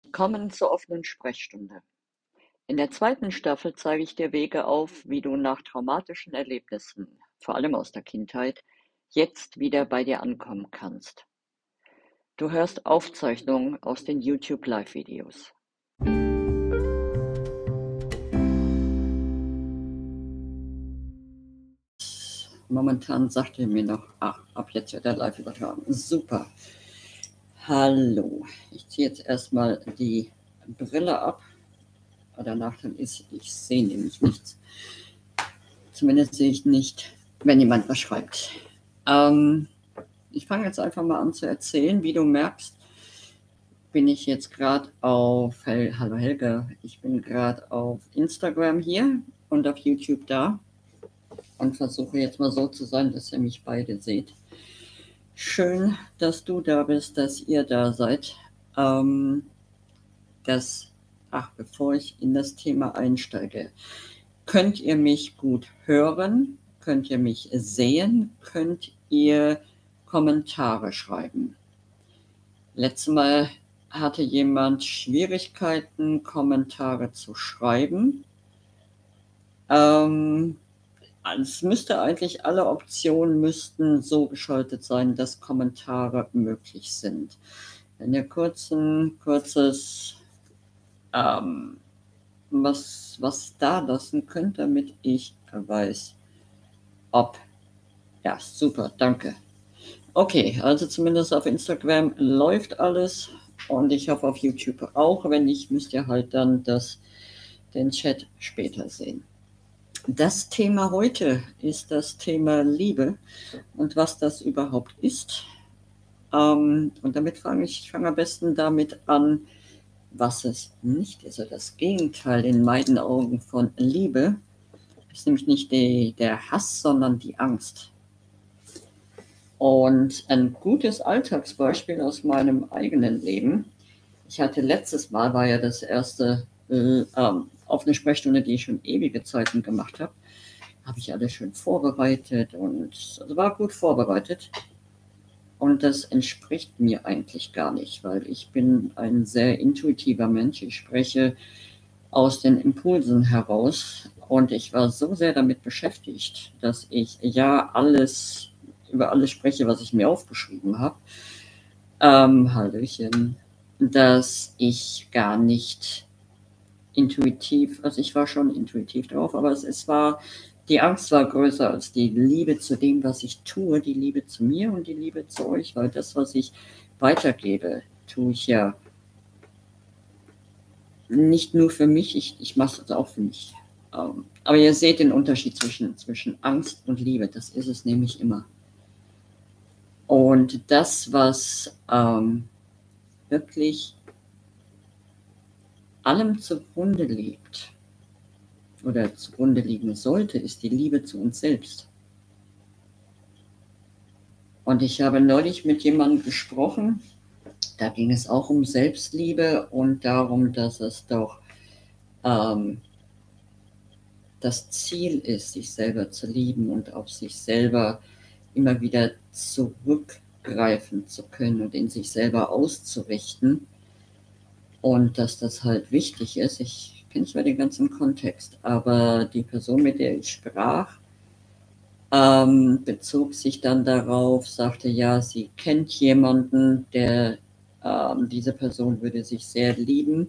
Willkommen zur offenen Sprechstunde. In der zweiten Staffel zeige ich dir Wege auf, wie du nach traumatischen Erlebnissen, vor allem aus der Kindheit, jetzt wieder bei dir ankommen kannst. Du hörst Aufzeichnungen aus den YouTube Live-Videos. Momentan sagt er mir noch, ab jetzt wird er live übertragen. Super. Hallo. Ich ziehe jetzt erstmal die Brille ab. Der Nachteil ist, ich sehe nämlich nichts. Zumindest sehe ich nicht, wenn jemand was schreibt. Ich fange jetzt einfach mal an zu erzählen. Wie du merkst, bin ich jetzt gerade auf, hallo Helga, ich bin gerade auf Instagram hier und auf YouTube da und versuche jetzt mal so zu sein, dass ihr mich beide seht. Schön, dass du da bist, dass ihr da seid. Bevor ich in das Thema einsteige, könnt ihr mich gut hören? Könnt ihr mich sehen? Könnt ihr Kommentare schreiben? Letztes Mal hatte jemand Schwierigkeiten, Kommentare zu schreiben. Es müsste eigentlich, alle Optionen müssten so geschaltet sein, dass Kommentare möglich sind. Wenn ihr kurzes was da lassen könnt, damit ich weiß, ob. Ja, super, danke. Okay, also zumindest auf Instagram läuft alles und ich hoffe auf YouTube auch. Wenn nicht, müsst ihr halt dann den Chat später sehen. Das Thema heute ist das Thema Liebe und was das überhaupt ist. Und damit fange am besten damit an, was es nicht ist. Also das Gegenteil in meinen Augen von Liebe ist nämlich nicht der Hass, sondern die Angst. Und ein gutes Alltagsbeispiel aus meinem eigenen Leben. Ich hatte letztes Mal, war ja das erste offene Sprechstunde, die ich schon ewige Zeiten gemacht habe. Habe ich alles schön vorbereitet und also war gut vorbereitet. Und das entspricht mir eigentlich gar nicht, weil ich bin ein sehr intuitiver Mensch. Ich spreche aus den Impulsen heraus und ich war so sehr damit beschäftigt, dass ich über alles spreche, was ich mir aufgeschrieben habe. Hallöchen, dass ich gar nicht intuitiv, also ich war schon intuitiv drauf, aber die Angst war größer als die Liebe zu dem, was ich tue, die Liebe zu mir und die Liebe zu euch, weil das, was ich weitergebe, tue ich ja nicht nur für mich, ich mache es auch für mich. Aber ihr seht den Unterschied zwischen Angst und Liebe, das ist es nämlich immer. Und das, was wirklich allem zugrunde liegt oder zugrunde liegen sollte, ist die Liebe zu uns selbst. Und ich habe neulich mit jemandem gesprochen, da ging es auch um Selbstliebe und darum, dass es doch das Ziel ist, sich selber zu lieben und auf sich selber immer wieder zurückgreifen zu können und in sich selber auszurichten. Und dass das halt wichtig ist. Ich kenne zwar den ganzen Kontext, aber die Person, mit der ich sprach, bezog sich dann darauf, sagte, ja, sie kennt jemanden, diese Person würde sich sehr lieben,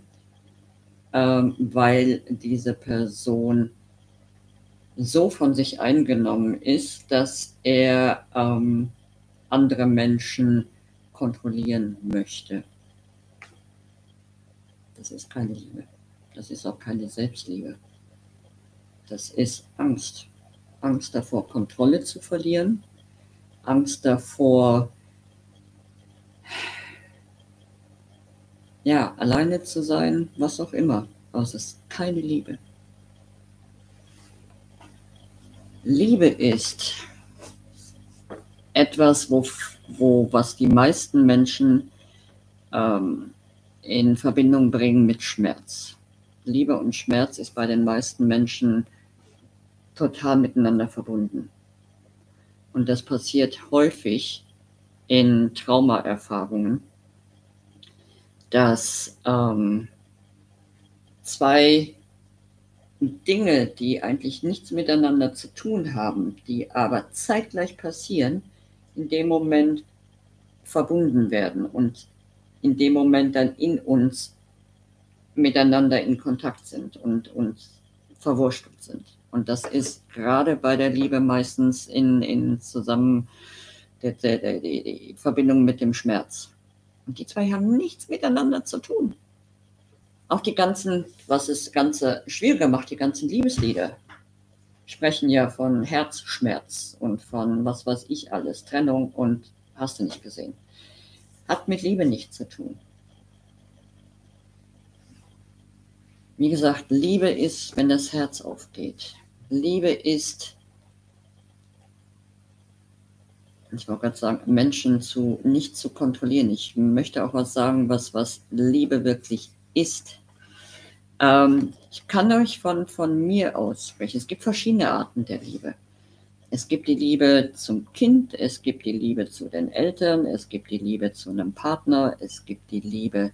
weil diese Person so von sich eingenommen ist, dass er andere Menschen kontrollieren möchte. Das ist keine Liebe. Das ist auch keine Selbstliebe. Das ist Angst. Angst davor, Kontrolle zu verlieren. Angst davor, ja, alleine zu sein, was auch immer. Aber es ist keine Liebe. Liebe ist etwas, was die meisten Menschen in Verbindung bringen mit Schmerz. Liebe und Schmerz ist bei den meisten Menschen total miteinander verbunden. Und das passiert häufig in Traumaerfahrungen. dass zwei Dinge, die eigentlich nichts miteinander zu tun haben, die aber zeitgleich passieren, in dem Moment verbunden werden und in dem Moment dann in uns miteinander in Kontakt sind und verwurschtelt sind. Und das ist gerade bei der Liebe meistens in zusammen die Verbindung mit dem Schmerz. Und die zwei haben nichts miteinander zu tun. Auch die ganzen, was das Ganze schwieriger macht, die ganzen Liebeslieder sprechen ja von Herzschmerz und von was weiß ich alles, Trennung und hast du nicht gesehen. Hat mit Liebe nichts zu tun. Wie gesagt, Liebe ist, wenn das Herz aufgeht. Liebe ist, ich wollte gerade sagen, Menschen nicht zu kontrollieren. Ich möchte auch was sagen, was Liebe wirklich ist. Ich kann euch von mir aus sprechen. Es gibt verschiedene Arten der Liebe. Es gibt die Liebe zum Kind, es gibt die Liebe zu den Eltern, es gibt die Liebe zu einem Partner, es gibt die Liebe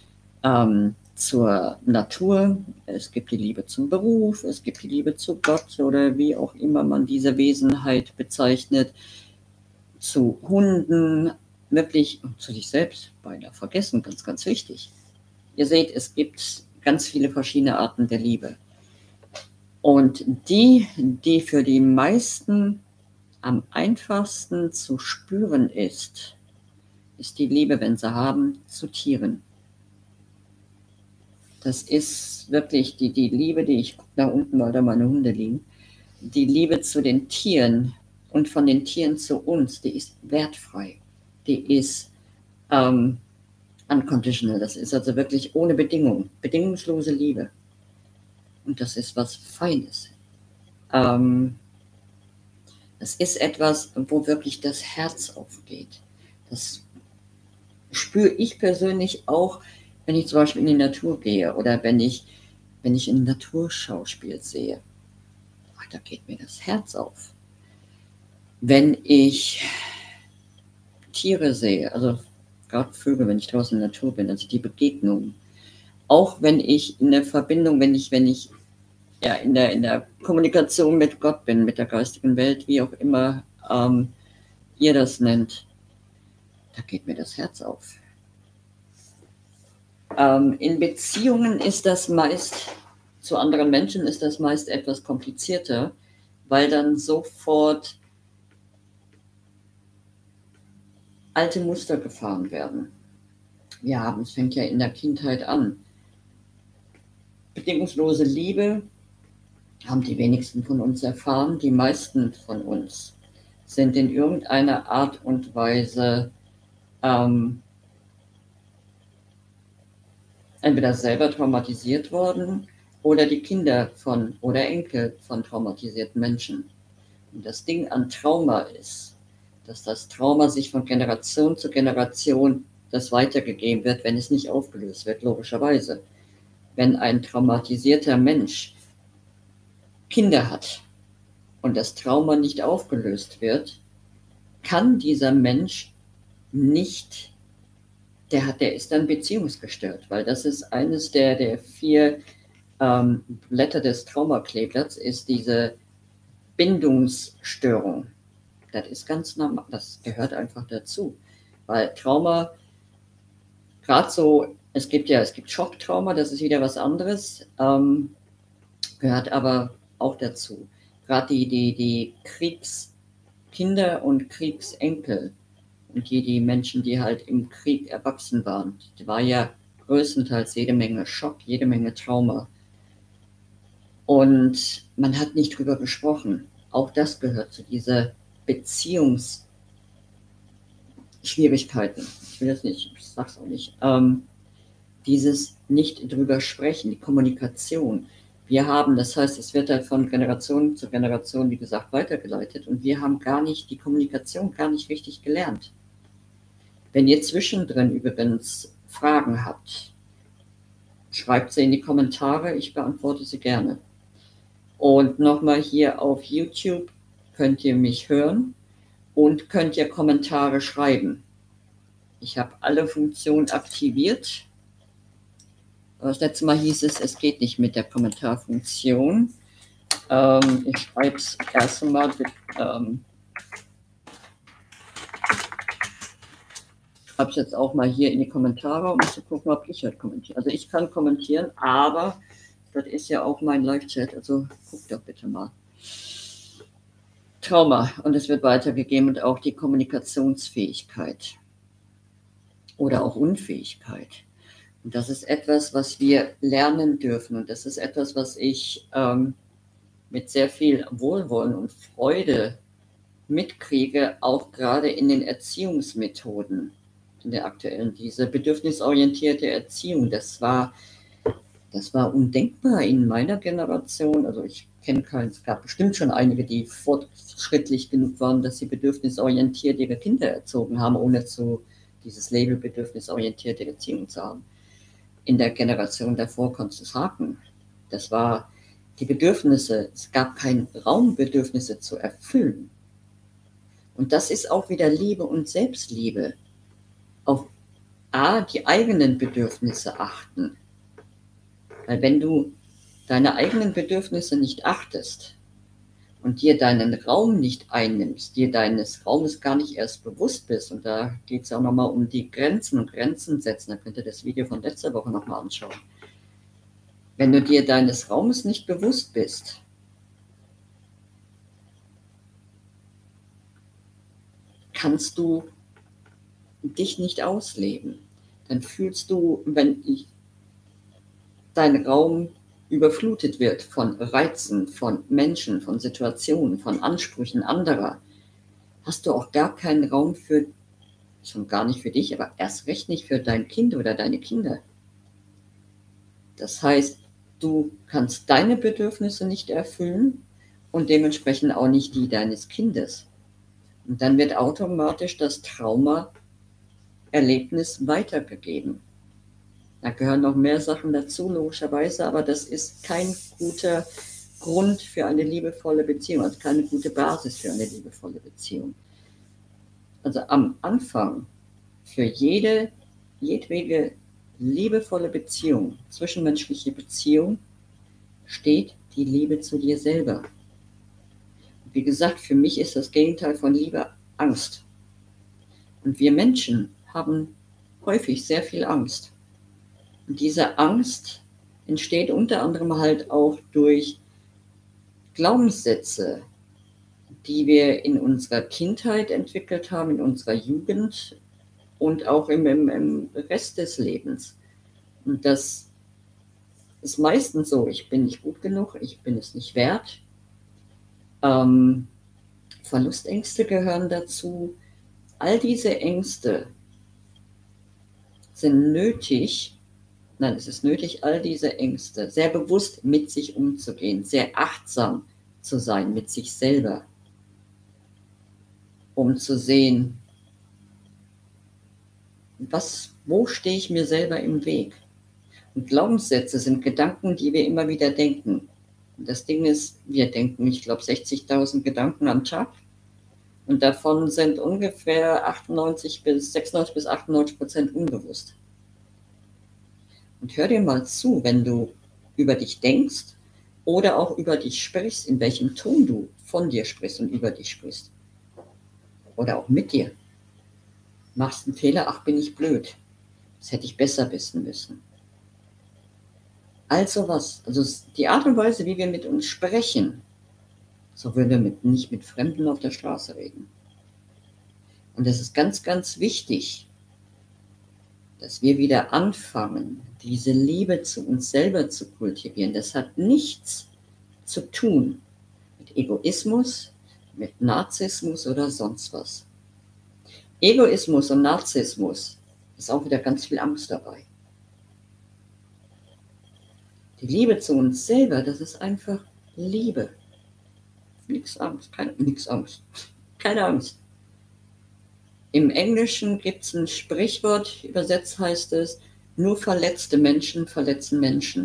zur Natur, es gibt die Liebe zum Beruf, es gibt die Liebe zu Gott oder wie auch immer man diese Wesenheit bezeichnet, zu Hunden, wirklich zu sich selbst, beinahe vergessen, ganz, ganz wichtig. Ihr seht, es gibt ganz viele verschiedene Arten der Liebe. Und die für die meisten am einfachsten zu spüren ist die Liebe, wenn sie haben, zu Tieren. Das ist wirklich die Liebe, die ich gucke da unten, weil da meine Hunde liegen. Die Liebe zu den Tieren und von den Tieren zu uns, die ist wertfrei. Die ist unconditional. Das ist also wirklich ohne Bedingung. Bedingungslose Liebe. Und das ist was Feines. Das ist etwas, wo wirklich das Herz aufgeht. Das spüre ich persönlich auch, wenn ich zum Beispiel in die Natur gehe oder wenn ich ein Naturschauspiel sehe. Da geht mir das Herz auf. Wenn ich Tiere sehe, also gerade Vögel, wenn ich draußen in der Natur bin, also die Begegnung. Auch wenn ich in der Verbindung, wenn ich ja, in der Kommunikation mit Gott bin, mit der geistigen Welt, wie auch immer ihr das nennt, da geht mir das Herz auf. In Beziehungen ist das meist, zu anderen Menschen ist das meist etwas komplizierter, weil dann sofort alte Muster gefahren werden. Es fängt ja in der Kindheit an. Bedingungslose Liebe haben die wenigsten von uns erfahren. Die meisten von uns sind in irgendeiner Art und Weise entweder selber traumatisiert worden oder die Kinder oder Enkel von traumatisierten Menschen. Und das Ding an Trauma ist, dass das Trauma sich von Generation zu Generation das weitergegeben wird, wenn es nicht aufgelöst wird, logischerweise. Wenn ein traumatisierter Mensch Kinder hat und das Trauma nicht aufgelöst wird, kann dieser Mensch nicht, der ist dann beziehungsgestört, weil das ist eines der 4 Blätter des Traumakleeblatts, ist diese Bindungsstörung. Das ist ganz normal, das gehört einfach dazu, weil Trauma, gerade so, es gibt Schocktrauma, das ist wieder was anderes, gehört aber auch dazu. Gerade die Kriegskinder und Kriegsenkel und die Menschen, die halt im Krieg erwachsen waren, die war ja größtenteils jede Menge Schock, jede Menge Trauma. Und man hat nicht drüber gesprochen. Auch das gehört zu dieser Beziehungsschwierigkeiten. Ich will das nicht, ich sag's auch nicht. Dieses nicht drüber sprechen, die Kommunikation. Das heißt, es wird halt von Generation zu Generation, wie gesagt, weitergeleitet und wir haben die Kommunikation gar nicht richtig gelernt. Wenn ihr zwischendrin übrigens Fragen habt, schreibt sie in die Kommentare, ich beantworte sie gerne. Und nochmal hier auf YouTube könnt ihr mich hören und könnt ihr Kommentare schreiben. Ich habe alle Funktionen aktiviert Aber das letzte Mal hieß es, es geht nicht mit der Kommentarfunktion. Ich schreibe es erst einmal. Habe ich jetzt auch mal hier in die Kommentare, um zu gucken, ob ich halt kommentiere. Also ich kann kommentieren, aber das ist ja auch mein Live-Chat, also guck doch bitte mal. Trauma, und es wird weitergegeben, und auch die Kommunikationsfähigkeit oder auch Unfähigkeit. Und das ist etwas, was wir lernen dürfen, und das ist etwas, was ich mit sehr viel Wohlwollen und Freude mitkriege, auch gerade in den Erziehungsmethoden, in der aktuellen, diese bedürfnisorientierte Erziehung, das war undenkbar in meiner Generation. Also ich kenne keinen, es gab bestimmt schon einige, die fortschrittlich genug waren, dass sie bedürfnisorientiert ihre Kinder erzogen haben, ohne dieses Label bedürfnisorientierte Erziehung zu haben. In der Generation davor konntest du es haken. Das war die Bedürfnisse, es gab keinen Raum, Bedürfnisse zu erfüllen. Und das ist auch wieder Liebe und Selbstliebe. Auf die eigenen Bedürfnisse achten. Weil wenn du deine eigenen Bedürfnisse nicht achtest und dir deinen Raum nicht einnimmst, dir deines Raumes gar nicht erst bewusst bist, und da geht es auch nochmal um die Grenzen und Grenzen setzen, da könnt ihr das Video von letzter Woche nochmal anschauen. Wenn du dir deines Raumes nicht bewusst bist, kannst du dich nicht ausleben. Dann fühlst du, wenn dein Raum überflutet wird von Reizen, von Menschen, von Situationen, von Ansprüchen anderer, hast du auch gar keinen Raum für, schon gar nicht für dich, aber erst recht nicht für dein Kind oder deine Kinder. Das heißt, du kannst deine Bedürfnisse nicht erfüllen und dementsprechend auch nicht die deines Kindes. Und dann wird automatisch das Trauma-Erlebnis weitergegeben. Da gehören noch mehr Sachen dazu, logischerweise, aber das ist kein guter Grund für eine liebevolle Beziehung, also keine gute Basis für eine liebevolle Beziehung. Also am Anfang für jedwege liebevolle Beziehung, zwischenmenschliche Beziehung, steht die Liebe zu dir selber. Wie gesagt, für mich ist das Gegenteil von Liebe Angst. Und wir Menschen haben häufig sehr viel Angst. Und diese Angst entsteht unter anderem halt auch durch Glaubenssätze, die wir in unserer Kindheit entwickelt haben, in unserer Jugend und auch im Rest des Lebens. Und das ist meistens so, ich bin nicht gut genug, ich bin es nicht wert. Verlustängste gehören dazu. All diese Ängste sind nötig. Nein, es ist nötig, all diese Ängste sehr bewusst mit sich umzugehen, sehr achtsam zu sein mit sich selber, um zu sehen, wo stehe ich mir selber im Weg. Und Glaubenssätze sind Gedanken, die wir immer wieder denken. Und das Ding ist, wir denken, ich glaube, 60.000 Gedanken am Tag. Und davon sind ungefähr 96 bis 98% unbewusst. Und hör dir mal zu, wenn du über dich denkst oder auch über dich sprichst, in welchem Ton du von dir sprichst und über dich sprichst. Oder auch mit dir. Machst einen Fehler, ach, bin ich blöd. Das hätte ich besser wissen müssen. Also was, also die Art und Weise, wie wir mit uns sprechen, so würden wir nicht mit Fremden auf der Straße reden. Und es ist ganz, ganz wichtig, dass wir wieder anfangen, diese Liebe zu uns selber zu kultivieren. Das hat nichts zu tun mit Egoismus, mit Narzissmus oder sonst was. Egoismus und Narzissmus ist auch wieder ganz viel Angst dabei. Die Liebe zu uns selber, das ist einfach Liebe. Nix Angst, keine Angst. Im Englischen gibt es ein Sprichwort, übersetzt heißt es, nur verletzte Menschen verletzen Menschen.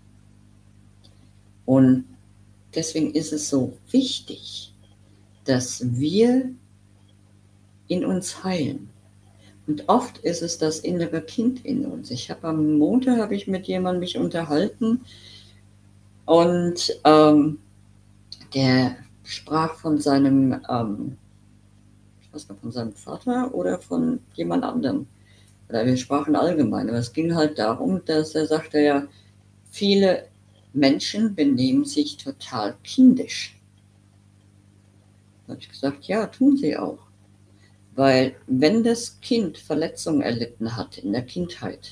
Und deswegen ist es so wichtig, dass wir in uns heilen. Und oft ist es das innere Kind in uns. Am Montag habe ich mit jemandem mich unterhalten und der sprach von seinem, ich weiß nicht, von seinem Vater oder von jemand anderem. Oder wir sprachen allgemein, aber es ging halt darum, dass er sagte, ja, viele Menschen benehmen sich total kindisch. Da habe ich gesagt, ja, tun sie auch. Weil wenn das Kind Verletzungen erlitten hat in der Kindheit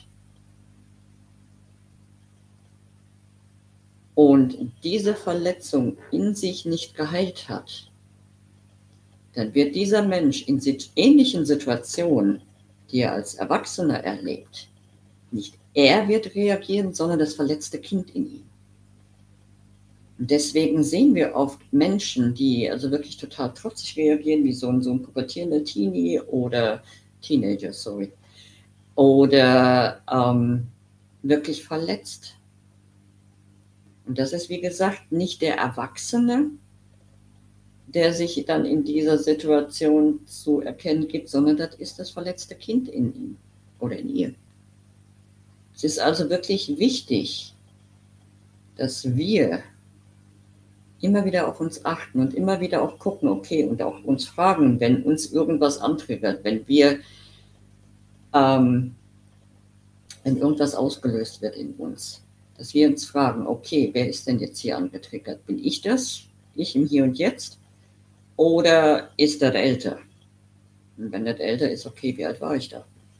und diese Verletzung in sich nicht geheilt hat, dann wird dieser Mensch in ähnlichen Situationen, die er als Erwachsener erlebt, nicht er wird reagieren, sondern das verletzte Kind in ihm. Und deswegen sehen wir oft Menschen, die also wirklich total trotzig reagieren, wie so ein pubertierender Teenie oder Teenager, sorry, oder wirklich verletzt. Und das ist, wie gesagt, nicht der Erwachsene, der sich dann in dieser Situation zu erkennen gibt, sondern das ist das verletzte Kind in ihm oder in ihr. Es ist also wirklich wichtig, dass wir immer wieder auf uns achten und immer wieder auch gucken, okay, und auch uns fragen, wenn uns irgendwas antriggert, wenn irgendwas ausgelöst wird in uns, dass wir uns fragen, okay, wer ist denn jetzt hier angetriggert? Bin ich das? Ich im Hier und Jetzt? Oder ist das älter? Und wenn das älter ist, okay, wie alt war ich da?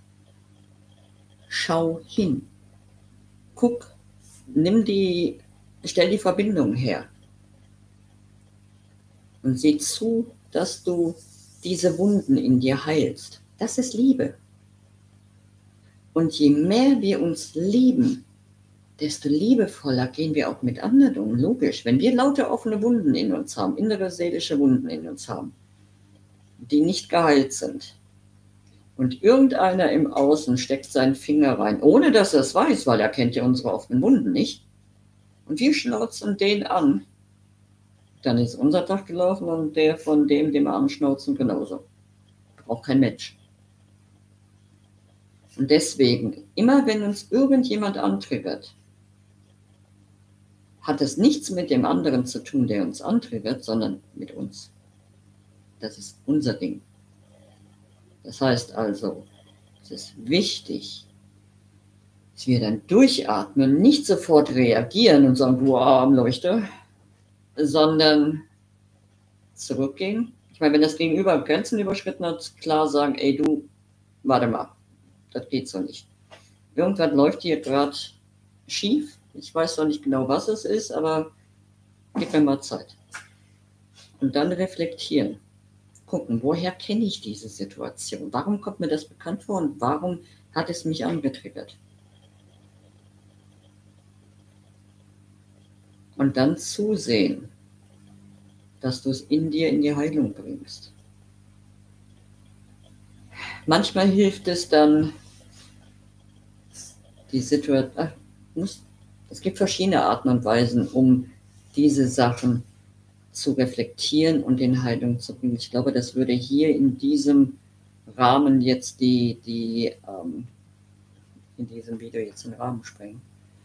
Schau hin. Guck, stell die Verbindung her. Und sieh zu, dass du diese Wunden in dir heilst. Das ist Liebe. Und je mehr wir uns lieben, desto liebevoller gehen wir auch mit anderen um. Logisch, wenn wir lauter offene Wunden in uns haben, innere seelische Wunden in uns haben, die nicht geheilt sind, und irgendeiner im Außen steckt seinen Finger rein, ohne dass er es weiß, weil er kennt ja unsere offenen Wunden nicht, und wir schnauzen den an, dann ist unser Tag gelaufen und der von dem wir anschnauzen, genauso. Braucht kein Mensch. Und deswegen, immer wenn uns irgendjemand antriggert, hat es nichts mit dem anderen zu tun, der uns antriggert, sondern mit uns. Das ist unser Ding. Das heißt also, es ist wichtig, dass wir dann durchatmen, nicht sofort reagieren und sagen, du Armleuchter, sondern zurückgehen. Ich meine, wenn das Gegenüber Grenzen überschritten hat, klar sagen, ey du, warte mal, das geht so nicht. Irgendwas läuft hier gerade schief. Ich weiß noch nicht genau, was es ist, aber gib mir mal Zeit. Und dann reflektieren. Gucken, woher kenne ich diese Situation? Warum kommt mir das bekannt vor und warum hat es mich angetriggert? Und dann zusehen, dass du es in dir in die Heilung bringst. Manchmal hilft es dann, die Situation, es gibt verschiedene Arten und Weisen, um diese Sachen zu reflektieren und in Heilung zu bringen. Ich glaube, das würde hier in diesem Rahmen jetzt in diesem Video jetzt den Rahmen sprengen.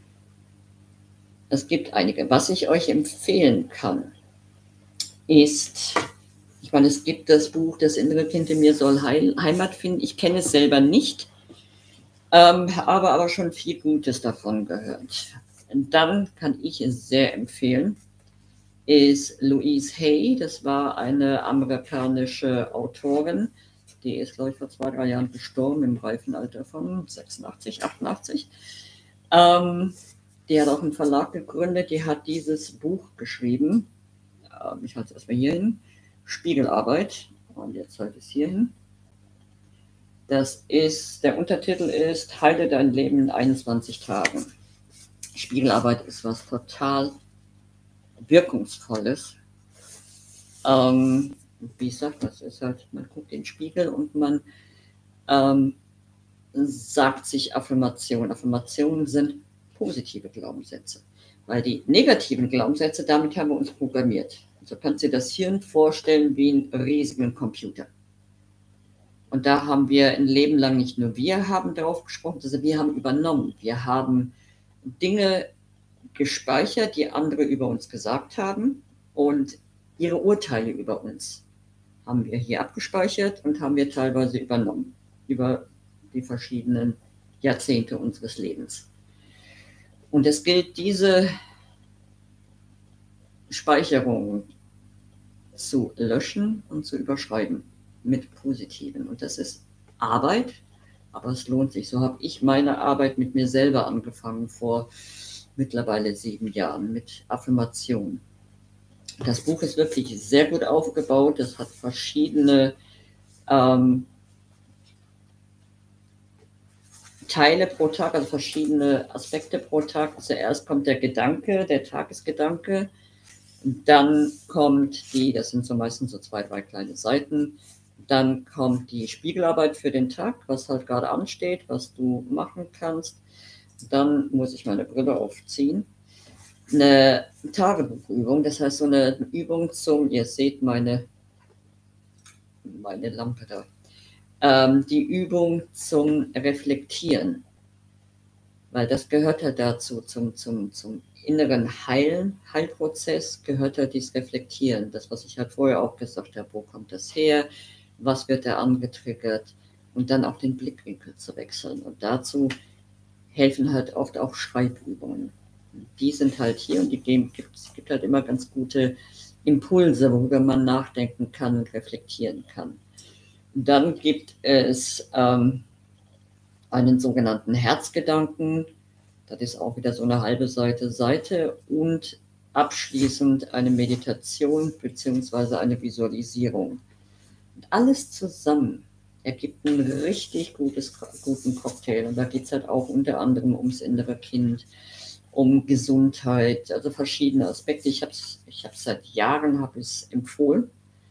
Es gibt einige. Was ich euch empfehlen kann, ist, ich meine, es gibt das Buch Das innere Kind in mir soll Heimat finden. Ich kenne es selber nicht, habe aber schon viel Gutes davon gehört. Und dann kann ich es sehr empfehlen, ist Louise Hay. Das war eine amerikanische Autorin, die ist, glaube ich, vor 2-3 Jahren gestorben im reifen Alter von 86, 88. Die hat auch einen Verlag gegründet, die hat dieses Buch geschrieben. Ich halte es erstmal hier hin. Spiegelarbeit. Und jetzt halte ich es hier hin. Der Untertitel ist Heile dein Leben in 21 Tagen. Spiegelarbeit ist was total Wirkungsvolles. Wie ich sage, das ist halt, man guckt in den Spiegel und man sagt sich Affirmationen. Affirmationen sind positive Glaubenssätze. Weil die negativen Glaubenssätze, damit haben wir uns programmiert. Also kannst du dir das Hirn vorstellen wie einen riesigen Computer. Und da haben wir ein Leben lang nicht nur wir haben darauf gesprochen, sondern wir haben übernommen. Wir haben Dinge gespeichert, die andere über uns gesagt haben, und ihre Urteile über uns haben wir hier abgespeichert und haben wir teilweise übernommen über die verschiedenen Jahrzehnte unseres Lebens. Und es gilt, diese Speicherung zu löschen und zu überschreiben mit Positiven. Und das ist Arbeit, aber es lohnt sich. So habe ich meine Arbeit mit mir selber angefangen vor mittlerweile 7 Jahren mit Affirmation. Das Buch ist wirklich sehr gut aufgebaut. Es hat verschiedene Teile pro Tag, also verschiedene Aspekte pro Tag. Zuerst kommt der Gedanke, der Tagesgedanke. Dann kommt das sind so meistens so 2, 3 kleine Seiten. Dann kommt die Spiegelarbeit für den Tag, was halt gerade ansteht, was du machen kannst. Dann muss ich meine Brille aufziehen. Eine Tagebuchübung, das heißt so eine Übung ihr seht meine Lampe da, die Übung zum Reflektieren, weil das gehört halt dazu, zum inneren Heilprozess gehört halt dieses Reflektieren, das, was ich halt vorher auch gesagt habe, wo kommt das her, was wird da angetriggert, und dann auch den Blickwinkel zu wechseln, und dazu helfen halt oft auch Schreibübungen. Die sind halt hier, und es gibt halt immer ganz gute Impulse, worüber man nachdenken kann und reflektieren kann. Und dann gibt es einen sogenannten Herzgedanken. Das ist auch wieder so eine halbe Seite und abschließend eine Meditation bzw. eine Visualisierung. Und alles zusammen ergibt einen richtig guten Cocktail. Und da geht es halt auch unter anderem ums innere Kind, um Gesundheit, also verschiedene Aspekte. Ich habe seit Jahren empfohlen,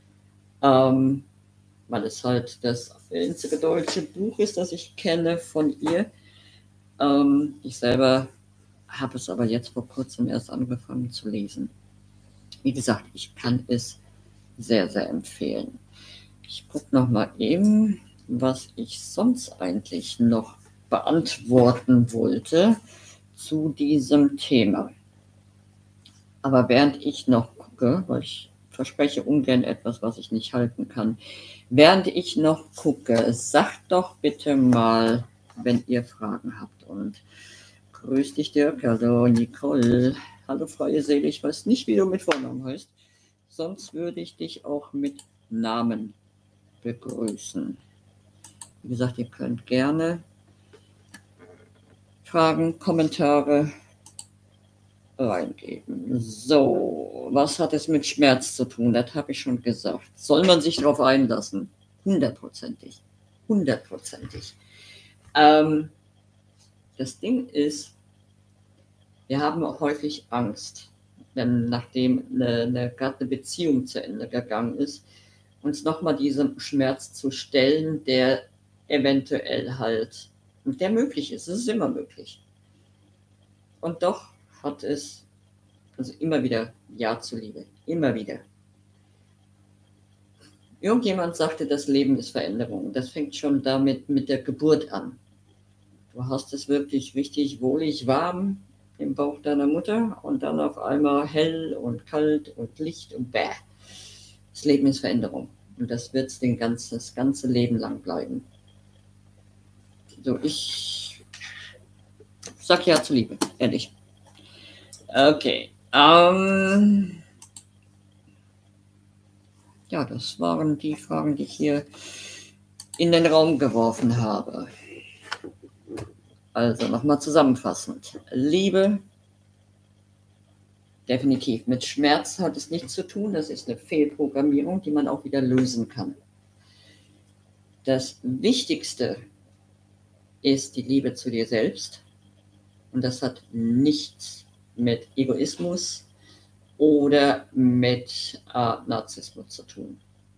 weil es halt das einzige deutsche Buch ist, das ich kenne von ihr. Ich selber habe es aber jetzt vor kurzem erst angefangen zu lesen. Wie gesagt, ich kann es sehr, sehr empfehlen. Ich gucke noch mal eben, was ich sonst eigentlich noch beantworten wollte zu diesem Thema. Aber während ich noch gucke, weil ich verspreche ungern etwas, was ich nicht halten kann, während ich noch gucke, sagt doch bitte mal, wenn ihr Fragen habt. Und grüß dich, Dirk. Hallo, Nicole. Hallo, freie Seele. Ich weiß nicht, wie du mit Vornamen heißt. Sonst würde ich dich auch mit Namen begrüßen. Wie gesagt, ihr könnt gerne Fragen, Kommentare reingeben. So, was hat es mit Schmerz zu tun? Das habe ich schon gesagt. Soll man sich darauf einlassen? 100%ig. 100%ig. Das Ding ist, wir haben auch häufig Angst, wenn nachdem gerade eine Beziehung zu Ende gegangen ist, uns nochmal diesem Schmerz zu stellen, der eventuell halt, der möglich ist. Es ist immer möglich. Und doch hat es, also immer wieder Ja zur Liebe. Immer wieder. Irgendjemand sagte, das Leben ist Veränderung. Das fängt schon damit mit der Geburt an. Du hast es wirklich richtig wohlig warm im Bauch deiner Mutter und dann auf einmal hell und kalt und Licht und bäh. Das Leben ist Veränderung. Und das wird es das ganze Leben lang bleiben. So, ich sag Ja zur Liebe, ehrlich. Okay. Ja, das waren die Fragen, die ich hier in den Raum geworfen habe. Also nochmal zusammenfassend. Liebe, definitiv. Mit Schmerz hat es nichts zu tun. Das ist eine Fehlprogrammierung, die man auch wieder lösen kann. Das Wichtigste ist die Liebe zu dir selbst. Und das hat nichts mit Egoismus oder mit Narzissmus zu tun.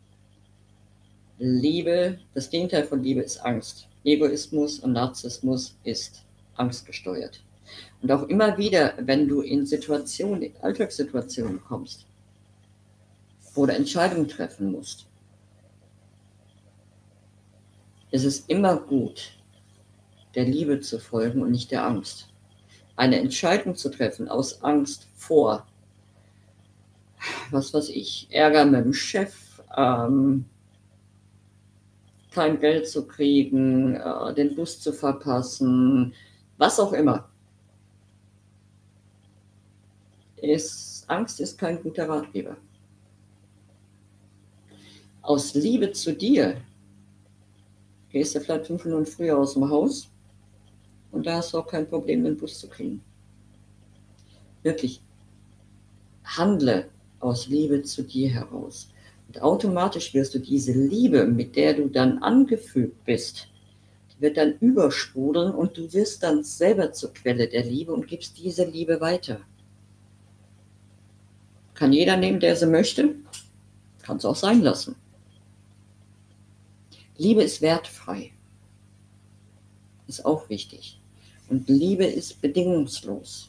Liebe, das Gegenteil von Liebe ist Angst. Egoismus und Narzissmus ist angstgesteuert. Und auch immer wieder, wenn du in Alltagssituationen kommst oder Entscheidungen treffen musst, Es ist immer gut, der Liebe zu folgen und nicht der Angst. Eine Entscheidung zu treffen aus Angst vor, was weiß ich, Ärger mit dem Chef, kein Geld zu kriegen, den Bus zu verpassen, was auch immer. Angst ist kein guter Ratgeber. Aus Liebe zu dir gehst du vielleicht 5 Minuten früher aus dem Haus und da hast du auch kein Problem, den Bus zu kriegen. Wirklich, handle aus Liebe zu dir heraus. Und automatisch wirst du diese Liebe, mit der du dann angefügt bist, die wird dann übersprudeln und du wirst dann selber zur Quelle der Liebe und gibst diese Liebe weiter. Kann jeder nehmen, der sie möchte, kann es auch sein lassen. Liebe ist wertfrei. Ist auch wichtig. Und Liebe ist bedingungslos.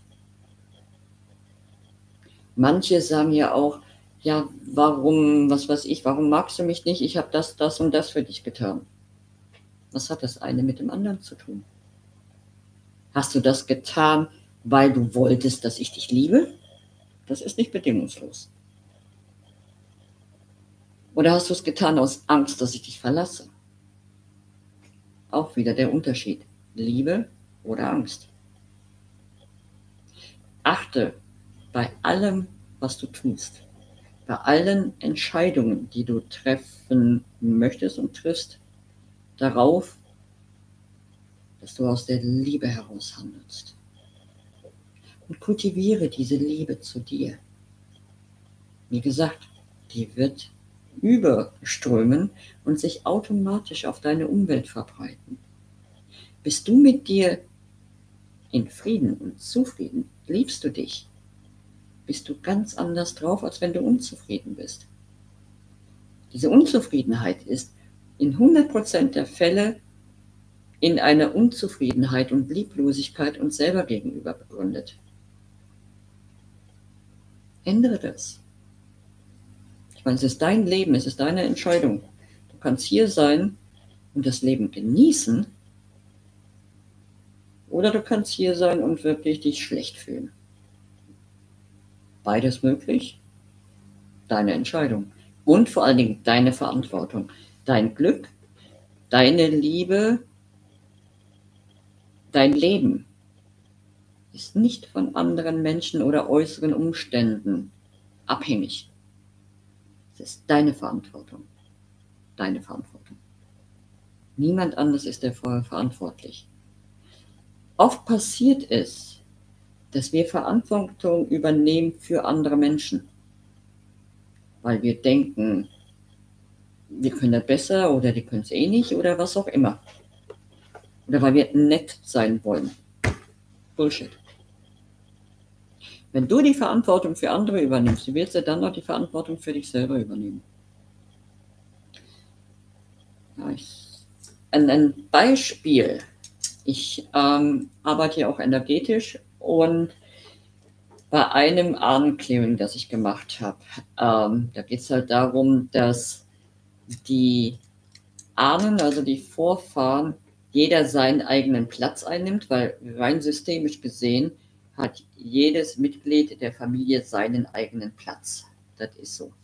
Manche sagen ja auch, ja, warum, was weiß ich, warum magst du mich nicht? Ich habe das, das und das für dich getan. Was hat das eine mit dem anderen zu tun? Hast du das getan, weil du wolltest, dass ich dich liebe? Das ist nicht bedingungslos. Oder hast du es getan aus Angst, dass ich dich verlasse? Auch wieder der Unterschied. Liebe oder Angst. Achte bei allem, was du tust, bei allen Entscheidungen, die du treffen möchtest und triffst, darauf, dass du aus der Liebe heraus handelst. Und kultiviere diese Liebe zu dir. Wie gesagt, die wird überströmen und sich automatisch auf deine Umwelt verbreiten. Bist du mit dir in Frieden und zufrieden, liebst du dich, bist du ganz anders drauf, als wenn du unzufrieden bist. Diese Unzufriedenheit ist in 100% der Fälle in einer Unzufriedenheit und Lieblosigkeit uns selber gegenüber begründet. Ändere das. Ich meine, es ist dein Leben, es ist deine Entscheidung. Du kannst hier sein und das Leben genießen, oder du kannst hier sein und wirklich dich schlecht fühlen. Beides möglich. Deine Entscheidung. Und vor allen Dingen deine Verantwortung. Dein Glück, deine Liebe, dein Leben ist nicht von anderen Menschen oder äußeren Umständen abhängig. Es ist deine Verantwortung. Deine Verantwortung. Niemand anders ist dafür verantwortlich. Oft passiert es, dass wir Verantwortung übernehmen für andere Menschen, weil wir denken, wir können das besser oder die können es eh nicht oder was auch immer. Oder weil wir nett sein wollen. Bullshit. Wenn du die Verantwortung für andere übernimmst, wie willst du dann noch die Verantwortung für dich selber übernehmen? Ja, ein Beispiel. Ich arbeite ja auch energetisch und bei einem Ahnenclearing, das ich gemacht habe, da geht es halt darum, dass die Ahnen, also die Vorfahren, jeder seinen eigenen Platz einnimmt, weil rein systemisch gesehen hat jedes Mitglied der Familie seinen eigenen Platz. Das ist so.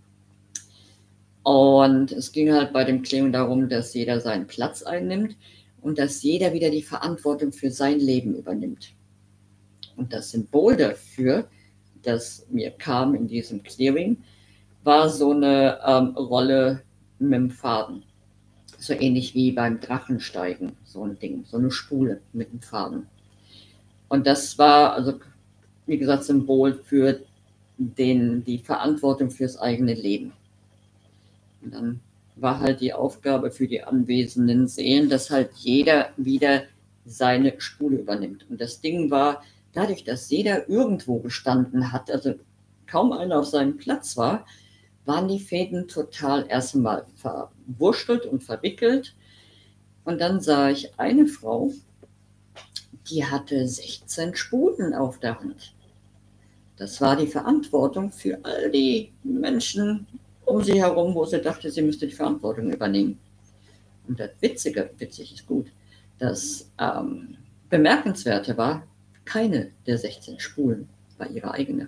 Und es ging halt bei dem Clearing darum, dass jeder seinen Platz einnimmt und dass jeder wieder die Verantwortung für sein Leben übernimmt. Und das Symbol dafür, das mir kam in diesem Clearing, war so eine Rolle mit dem Faden. So ähnlich wie beim Drachensteigen, so ein Ding, so eine Spule mit dem Faden. Und das war, also wie gesagt, Symbol für die Verantwortung fürs eigene Leben. Und dann war halt die Aufgabe für die anwesenden Seelen, dass halt jeder wieder seine Spule übernimmt. Und das Ding war, dadurch, dass jeder irgendwo gestanden hat, also kaum einer auf seinem Platz war, waren die Fäden total erstmal verwurschtelt und verwickelt. Und dann sah ich eine Frau, die hatte 16 Spulen auf der Hand. Das war die Verantwortung für all die Menschen um sie herum, wo sie dachte, sie müsste die Verantwortung übernehmen. Und das witzig ist gut, das Bemerkenswerte war, keine der 16 Spulen war ihre eigene.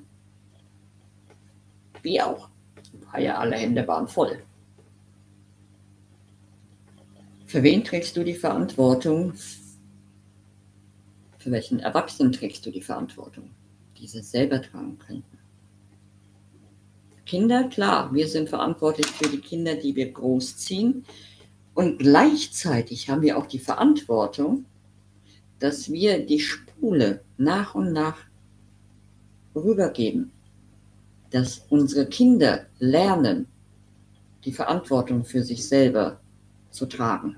Wie auch, weil ja alle Hände waren voll. Für wen trägst du die Verantwortung? Für welchen Erwachsenen trägst du die Verantwortung, die sie selber tragen könnten? Kinder, klar, wir sind verantwortlich für die Kinder, die wir großziehen. Und gleichzeitig haben wir auch die Verantwortung, dass wir die Spule nach und nach rübergeben, dass unsere Kinder lernen, die Verantwortung für sich selber zu tragen.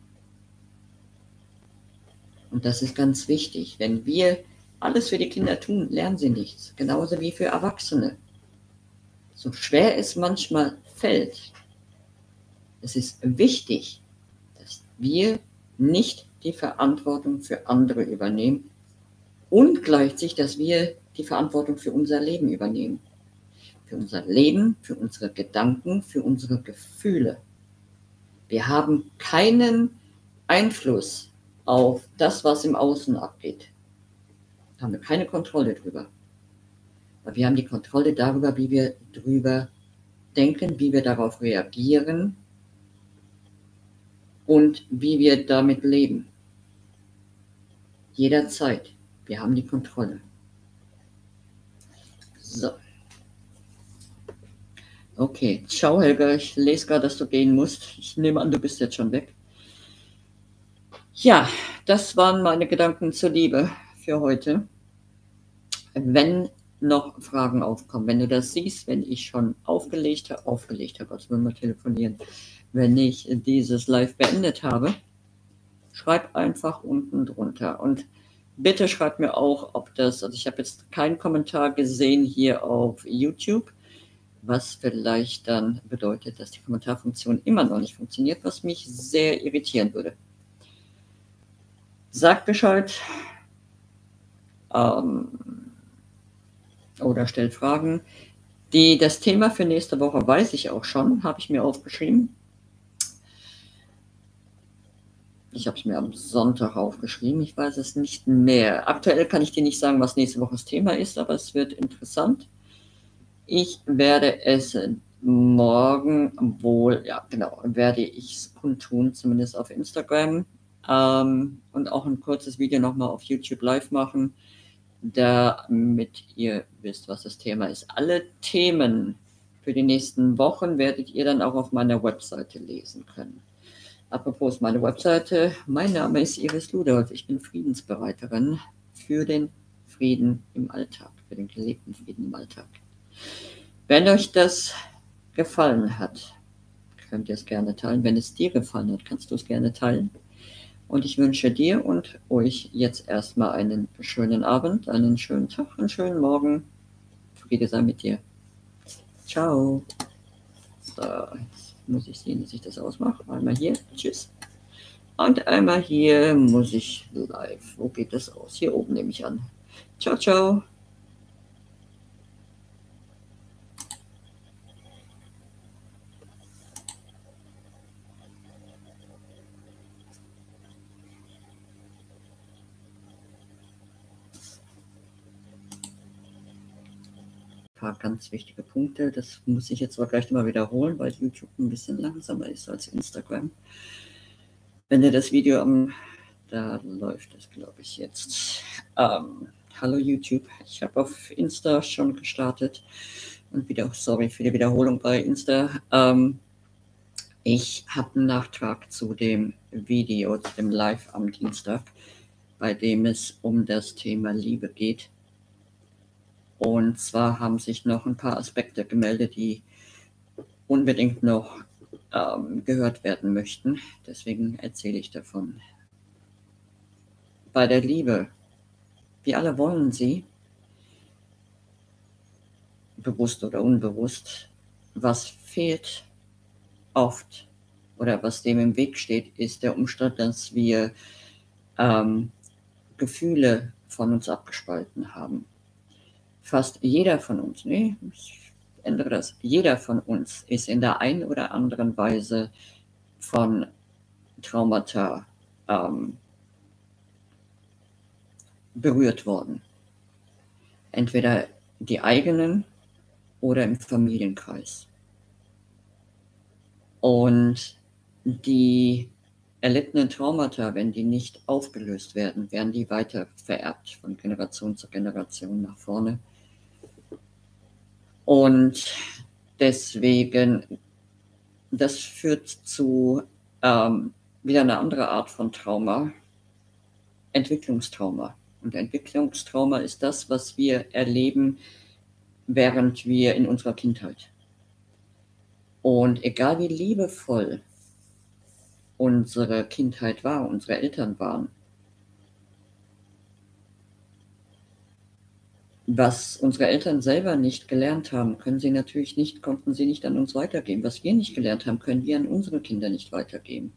Und das ist ganz wichtig. Wenn wir alles für die Kinder tun, lernen sie nichts. Genauso wie für Erwachsene. So schwer es manchmal fällt, es ist wichtig, dass wir nicht die Verantwortung für andere übernehmen und gleichzeitig, dass wir die Verantwortung für unser Leben übernehmen. Für unser Leben, für unsere Gedanken, für unsere Gefühle. Wir haben keinen Einfluss auf das, was im Außen abgeht. Da haben wir keine Kontrolle drüber. Aber wir haben die Kontrolle darüber, wie wir drüber denken, wie wir darauf reagieren und wie wir damit leben. Jederzeit. Wir haben die Kontrolle. So. Okay, ciao Helga, ich lese gerade, dass du gehen musst. Ich nehme an, du bist jetzt schon weg. Ja, das waren meine Gedanken zur Liebe für heute. Wenn noch Fragen aufkommen, wenn du das siehst, wenn ich schon aufgelegt habe, also wenn wir telefonieren, wenn ich dieses Live beendet habe, schreib einfach unten drunter und bitte schreib mir auch, ob das, also ich habe jetzt keinen Kommentar gesehen hier auf YouTube, was vielleicht dann bedeutet, dass die Kommentarfunktion immer noch nicht funktioniert, was mich sehr irritieren würde. Sagt Bescheid oder stellt Fragen. Das Thema für nächste Woche weiß ich auch schon, habe ich mir aufgeschrieben. Ich habe es mir am Sonntag aufgeschrieben, ich weiß es nicht mehr. Aktuell kann ich dir nicht sagen, was nächste Woche das Thema ist, aber es wird interessant. Ich werde es morgen wohl, ja genau, werde ich es kundtun, zumindest auf Instagram und auch ein kurzes Video nochmal auf YouTube live machen, damit ihr wisst, was das Thema ist. Alle Themen für die nächsten Wochen werdet ihr dann auch auf meiner Webseite lesen können. Apropos meine Webseite, mein Name ist Iris Ludolf, ich bin Friedensbereiterin für den Frieden im Alltag, für den gelebten Frieden im Alltag. Wenn euch das gefallen hat, könnt ihr es gerne teilen. Wenn es dir gefallen hat, kannst du es gerne teilen. Und ich wünsche dir und euch jetzt erstmal einen schönen Abend, einen schönen Tag, einen schönen Morgen. Friede sei mit dir. Ciao. So, jetzt muss ich sehen, dass ich das ausmache. Einmal hier, tschüss. Und einmal hier muss ich live. Wo geht das aus? Hier oben nehme ich an. Ciao, ciao. Paar ganz wichtige Punkte. Das muss ich jetzt aber gleich mal wiederholen, weil YouTube ein bisschen langsamer ist als Instagram. Wenn ihr das Video da läuft es, glaube ich, jetzt. Hallo YouTube, ich habe auf Insta schon gestartet und sorry für die Wiederholung bei Insta. Ich habe einen Nachtrag zu dem Video, zu dem Live am Dienstag, bei dem es um das Thema Liebe geht. Und zwar haben sich noch ein paar Aspekte gemeldet, die unbedingt noch gehört werden möchten. Deswegen erzähle ich davon. Bei der Liebe, wir alle wollen sie, bewusst oder unbewusst. Was fehlt oft oder was dem im Weg steht, ist der Umstand, dass wir Gefühle von uns abgespalten haben. Fast jeder von uns, ich ändere das, jeder von uns ist in der einen oder anderen Weise von Traumata berührt worden. Entweder die eigenen oder im Familienkreis. Und die erlittenen Traumata, wenn die nicht aufgelöst werden, werden die weiter vererbt von Generation zu Generation nach vorne. Und deswegen, das führt zu wieder einer anderen Art von Trauma, Entwicklungstrauma. Und Entwicklungstrauma ist das, was wir erleben, während wir in unserer Kindheit. Und egal wie liebevoll unsere Kindheit war, unsere Eltern waren, was unsere Eltern selber nicht gelernt haben, konnten sie nicht an uns weitergeben. Was wir nicht gelernt haben, können wir an unsere Kinder nicht weitergeben.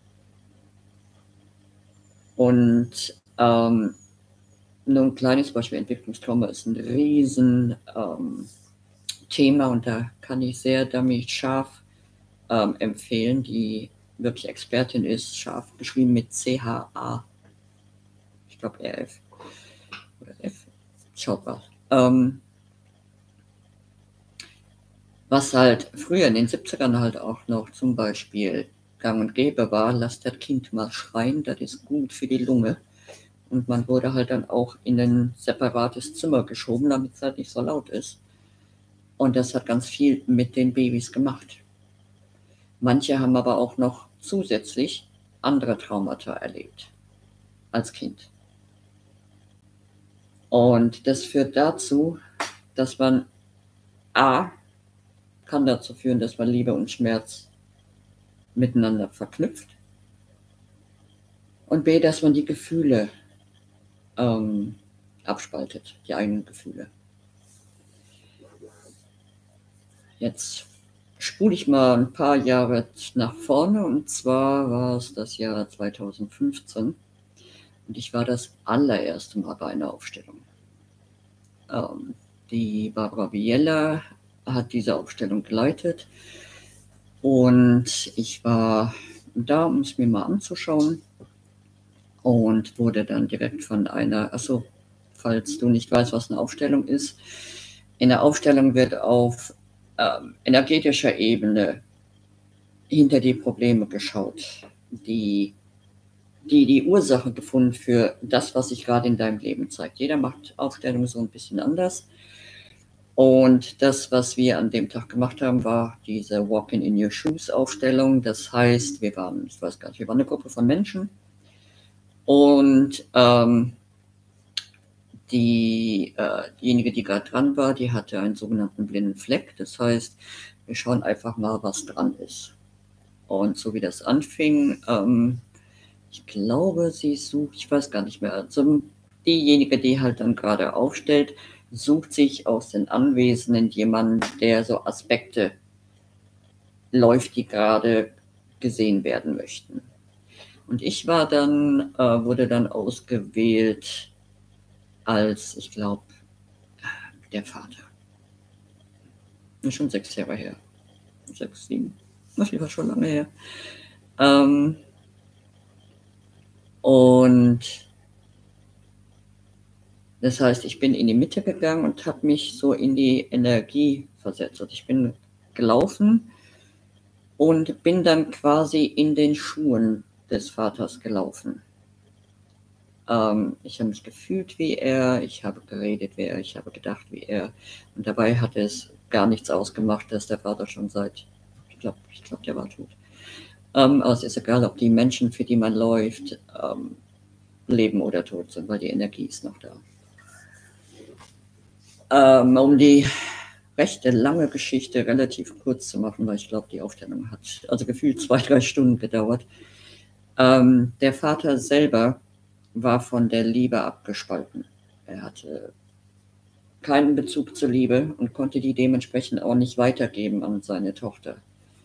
Und nur ein kleines Beispiel, Entwicklungstrauma ist ein riesen Thema und da kann ich sehr Dami Scharf empfehlen, die wirklich Expertin ist, Scharf, geschrieben mit C-H-A, ich glaube R-F oder F, schaut mal. Was halt früher in den 70ern halt auch noch zum Beispiel gang und gäbe war, lasst das Kind mal schreien, das ist gut für die Lunge. Und man wurde halt dann auch in ein separates Zimmer geschoben, damit es halt nicht so laut ist. Und das hat ganz viel mit den Babys gemacht. Manche haben aber auch noch zusätzlich andere Traumata erlebt als Kind. Und das führt dazu, dass man kann dazu führen, dass man Liebe und Schmerz miteinander verknüpft. Und B, dass man die Gefühle abspaltet, die eigenen Gefühle. Jetzt spule ich mal ein paar Jahre nach vorne, und zwar war es das Jahr 2015 und ich war das allererste Mal bei einer Aufstellung. Die Barbara Biella hat diese Aufstellung geleitet und ich war da, um es mir mal anzuschauen, und wurde dann direkt von einer, falls du nicht weißt, was eine Aufstellung ist, in der Aufstellung wird auf energetischer Ebene hinter die Probleme geschaut, die Ursache gefunden für das, was sich gerade in deinem Leben zeigt. Jeder macht Aufstellungen so ein bisschen anders. Und das, was wir an dem Tag gemacht haben, war diese Walking in Your Shoes Aufstellung. Das heißt, wir waren eine Gruppe von Menschen. Und diejenige, die gerade dran war, die hatte einen sogenannten blinden Fleck. Das heißt, wir schauen einfach mal, was dran ist. Und so wie das anfing, ich glaube, sie sucht, ich weiß gar nicht mehr, also diejenige, die halt dann gerade aufstellt, sucht sich aus den Anwesenden jemanden, der so Aspekte läuft, die gerade gesehen werden möchten. Und ich wurde dann ausgewählt als, ich glaube, der Vater. Das ist schon 6 Jahre her. 6, 7. Das war schon lange her. Und das heißt, ich bin in die Mitte gegangen und habe mich so in die Energie versetzt. Also ich bin gelaufen und bin dann quasi in den Schuhen des Vaters gelaufen. Ich habe mich gefühlt wie er, ich habe geredet wie er, ich habe gedacht wie er. Und dabei hat es gar nichts ausgemacht, dass der Vater schon ich glaube, der war tot. Aber es ist egal, ob die Menschen, für die man läuft, leben oder tot sind, weil die Energie ist noch da. Um die recht lange Geschichte relativ kurz zu machen, weil ich glaube, die Aufstellung hat also gefühlt 2, 3 Stunden gedauert. Der Vater selber war von der Liebe abgespalten. Er hatte keinen Bezug zur Liebe und konnte die dementsprechend auch nicht weitergeben an seine Tochter.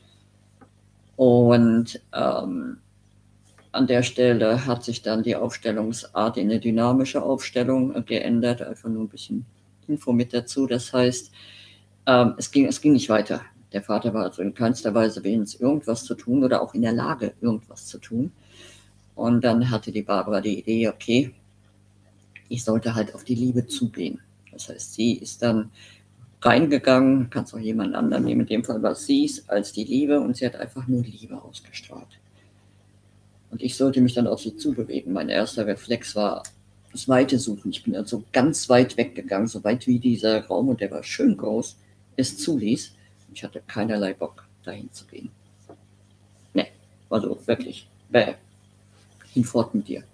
Und an der Stelle hat sich dann die Aufstellungsart in eine dynamische Aufstellung geändert, einfach nur ein bisschen Info mit dazu. Das heißt, es ging nicht weiter. Der Vater war also in keinster Weise willens, irgendwas zu tun oder auch in der Lage, irgendwas zu tun. Und dann hatte die Barbara die Idee, okay, ich sollte halt auf die Liebe zugehen. Das heißt, sie ist dann reingegangen, kannst auch jemand anderen nehmen, in dem Fall war sie als die Liebe, und sie hat einfach nur Liebe ausgestrahlt. Und ich sollte mich dann auf sie zubewegen. Mein erster Reflex war das Weite suchen. Ich bin also ganz weit weggegangen, so weit wie dieser Raum, und der war schön groß, es zuließ. Ich hatte keinerlei Bock, dahin zu gehen. Ne, also wirklich, hinfort mit dir.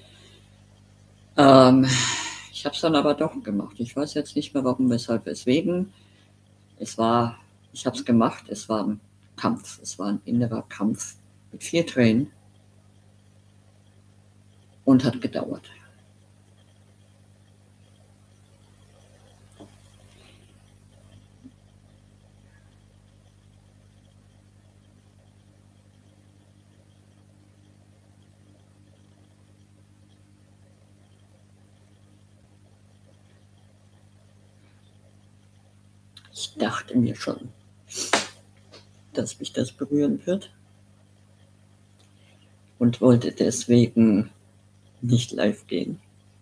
Ich habe es dann aber doch gemacht. Ich weiß jetzt nicht mehr, warum, weshalb, weswegen. Ich habe es gemacht. Es war ein Kampf. Es war ein innerer Kampf mit viel Tränen und hat gedauert. Ich dachte mir schon, dass mich das berühren wird und wollte deswegen nicht live gehen.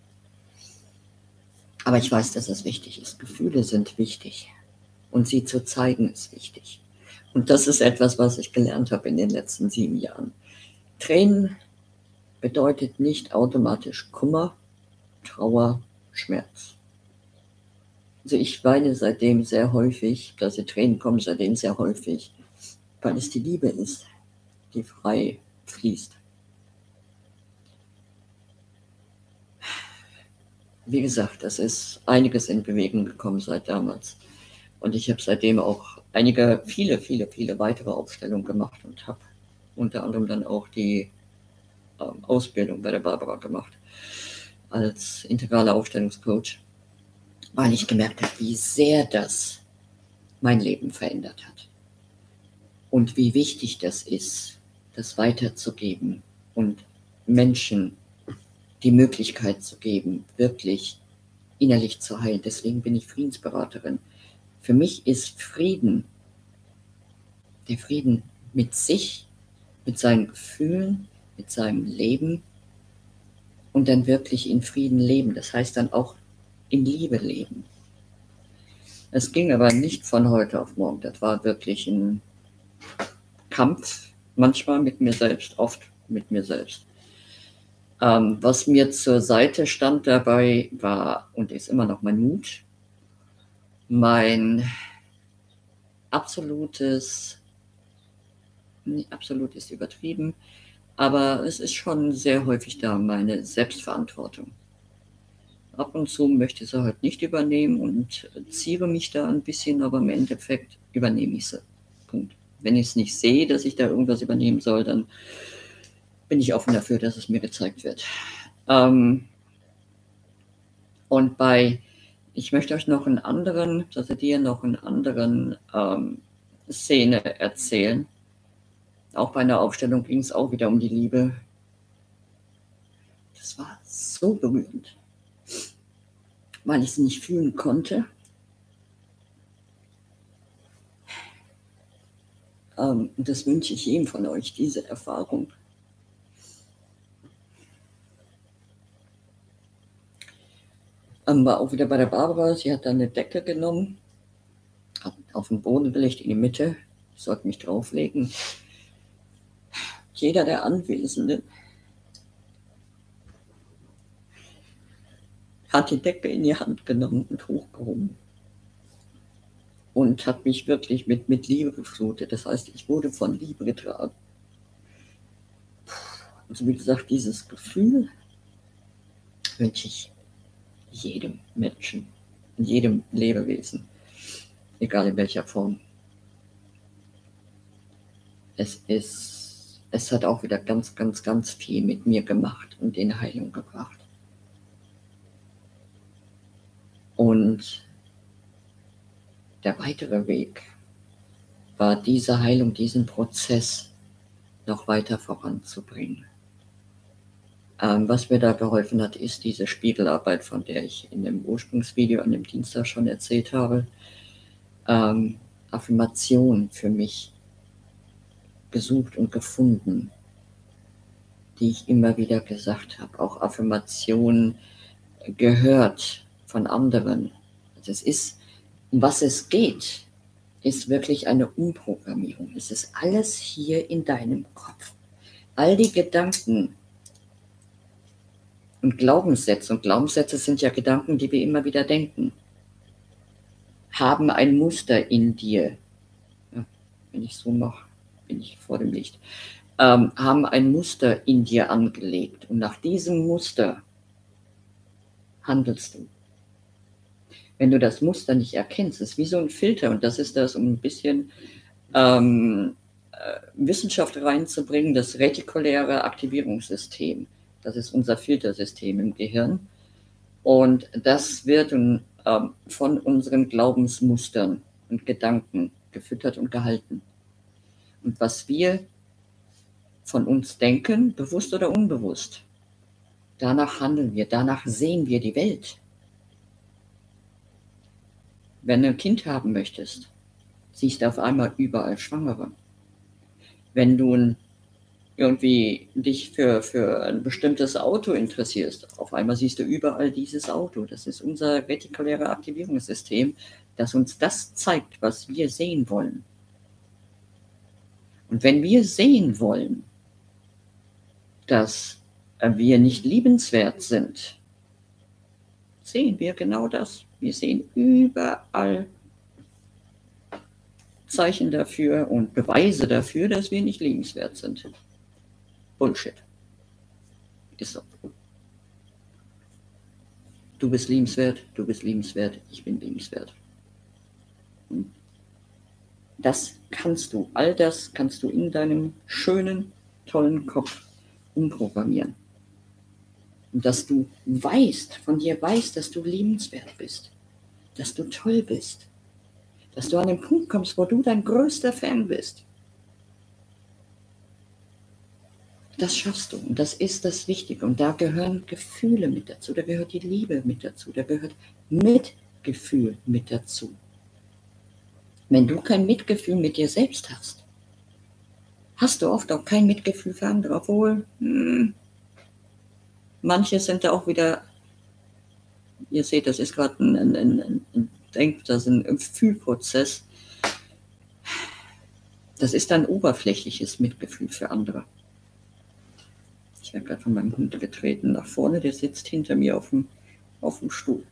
Aber ich weiß, dass es wichtig ist. Gefühle sind wichtig und sie zu zeigen ist wichtig. Und das ist etwas, was ich gelernt habe in den letzten 7 Jahren. Tränen bedeutet nicht automatisch Kummer, Trauer, Schmerz. Also ich weine seitdem sehr häufig, dass die Tränen kommen seitdem sehr häufig, weil es die Liebe ist, die frei fließt. Wie gesagt, es ist einiges in Bewegung gekommen seit damals. Und ich habe seitdem auch viele weitere Aufstellungen gemacht und habe unter anderem dann auch die Ausbildung bei der Barbara gemacht als integraler Aufstellungscoach, weil ich gemerkt habe, wie sehr das mein Leben verändert hat. Und wie wichtig das ist, das weiterzugeben und Menschen die Möglichkeit zu geben, wirklich innerlich zu heilen. Deswegen bin ich Friedensberaterin. Für mich ist Frieden, der Frieden mit sich, mit seinen Gefühlen, mit seinem Leben und dann wirklich in Frieden leben. Das heißt dann auch in Liebe leben. Es ging aber nicht von heute auf morgen. Das war wirklich ein Kampf, manchmal mit mir selbst, oft mit mir selbst. Was mir zur Seite stand dabei war und ist immer noch mein Mut, mein absolut ist übertrieben, aber es ist schon sehr häufig da, meine Selbstverantwortung. Ab und zu möchte ich sie halt nicht übernehmen und ziehe mich da ein bisschen, aber im Endeffekt übernehme ich sie. Punkt. Wenn ich es nicht sehe, dass ich da irgendwas übernehmen soll, dann bin ich offen dafür, dass es mir gezeigt wird. Und ich möchte euch noch dir noch einen anderen Szene erzählen. Auch bei einer Aufstellung ging es auch wieder um die Liebe. Das war so berührend, weil ich es nicht fühlen konnte. Und das wünsche ich jedem von euch, diese Erfahrung. War auch wieder bei der Barbara. Sie hat dann eine Decke genommen, hat auf den Boden gelegt, in die Mitte. Ich sollte mich drauflegen. Jeder der Anwesenden hat die Decke in die Hand genommen und hochgehoben. Und hat mich wirklich mit Liebe geflutet. Das heißt, ich wurde von Liebe getragen. Also wie gesagt, dieses Gefühl wünsche ich jedem Menschen, jedem Lebewesen, egal in welcher Form. Es hat auch wieder ganz viel mit mir gemacht und in Heilung gebracht. Und der weitere Weg war, diese Heilung, diesen Prozess noch weiter voranzubringen. Was mir da geholfen hat, ist diese Spiegelarbeit, von der ich in dem Ursprungsvideo an dem Dienstag schon erzählt habe. Affirmation für mich gesucht und gefunden, die ich immer wieder gesagt habe. Auch Affirmationen gehört von anderen. Das ist, um was es geht, ist wirklich eine Umprogrammierung. Es ist alles hier in deinem Kopf. All die Gedanken und Glaubenssätze sind ja Gedanken, die wir immer wieder denken, haben ein Muster in dir. Ja, wenn ich so mache, bin ich vor dem Licht. Haben ein Muster in dir angelegt. Und nach diesem Muster handelst du. Wenn du das Muster nicht erkennst, ist wie so ein Filter. Und das ist das, um ein bisschen Wissenschaft reinzubringen, das retikuläre Aktivierungssystem. Das ist unser Filtersystem im Gehirn. Und das wird von unseren Glaubensmustern und Gedanken gefüttert und gehalten. Und was wir von uns denken, bewusst oder unbewusst, danach handeln wir, danach sehen wir die Welt. Wenn du ein Kind haben möchtest, siehst du auf einmal überall Schwangere. Wenn du irgendwie dich für ein bestimmtes Auto interessierst, auf einmal siehst du überall dieses Auto. Das ist unser retikuläres Aktivierungssystem, das uns das zeigt, was wir sehen wollen. Und wenn wir sehen wollen, dass wir nicht liebenswert sind, sehen wir genau das. Wir sehen überall Zeichen dafür und Beweise dafür, dass wir nicht liebenswert sind. Bullshit. Ist so. Du bist liebenswert, ich bin liebenswert. Und all das kannst du in deinem schönen, tollen Kopf umprogrammieren. Und dass du von dir weißt, dass du liebenswert bist, dass du toll bist, dass du an den Punkt kommst, wo du dein größter Fan bist. Das schaffst du und das ist das Wichtige. Und da gehören Gefühle mit dazu, da gehört die Liebe mit dazu, da gehört Mitgefühl mit dazu. Wenn du kein Mitgefühl mit dir selbst hast, hast du oft auch kein Mitgefühl für andere, obwohl manche sind da auch wieder, ihr seht, das ist gerade ein Fühlprozess. Das ist ein oberflächliches Mitgefühl für andere. Ich werde gerade von meinem Hund getreten nach vorne, der sitzt hinter mir auf dem Stuhl.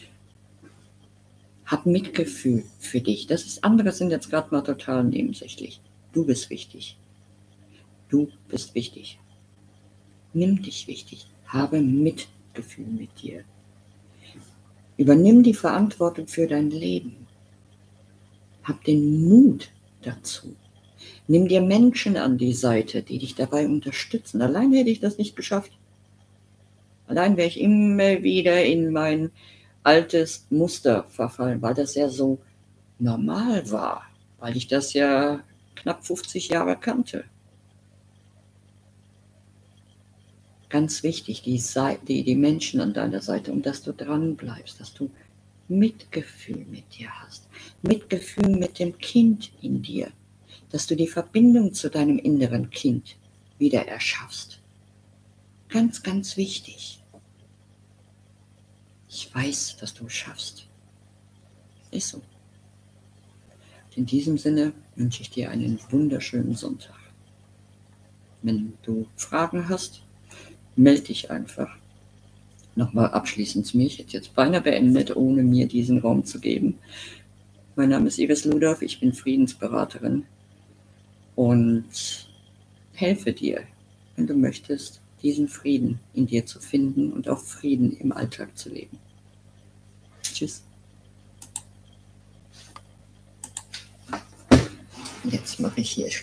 Hab Mitgefühl für dich. Andere sind jetzt gerade mal total nebensächlich. Du bist wichtig. Du bist wichtig. Nimm dich wichtig. Habe Mitgefühl mit dir. Übernimm die Verantwortung für dein Leben. Hab den Mut dazu. Nimm dir Menschen an die Seite, die dich dabei unterstützen. Allein hätte ich das nicht geschafft. Allein wäre ich immer wieder in mein altes Muster verfallen, weil das ja so normal war, weil ich das ja knapp 50 Jahre kannte. Ganz wichtig, die Menschen an deiner Seite, und dass du dran bleibst, dass du Mitgefühl mit dir hast. Mitgefühl mit dem Kind in dir. Dass du die Verbindung zu deinem inneren Kind wieder erschaffst. Ganz, ganz wichtig. Ich weiß, dass du es schaffst. Ist so. In diesem Sinne wünsche ich dir einen wunderschönen Sonntag. Wenn du Fragen hast, melde dich einfach. Nochmal abschließend zu mir. Ich hätte jetzt beinahe beendet, ohne mir diesen Raum zu geben. Mein Name ist Iris Ludolf, ich bin Friedensberaterin und helfe dir, wenn du möchtest, diesen Frieden in dir zu finden und auch Frieden im Alltag zu leben. Tschüss. Jetzt mache ich hier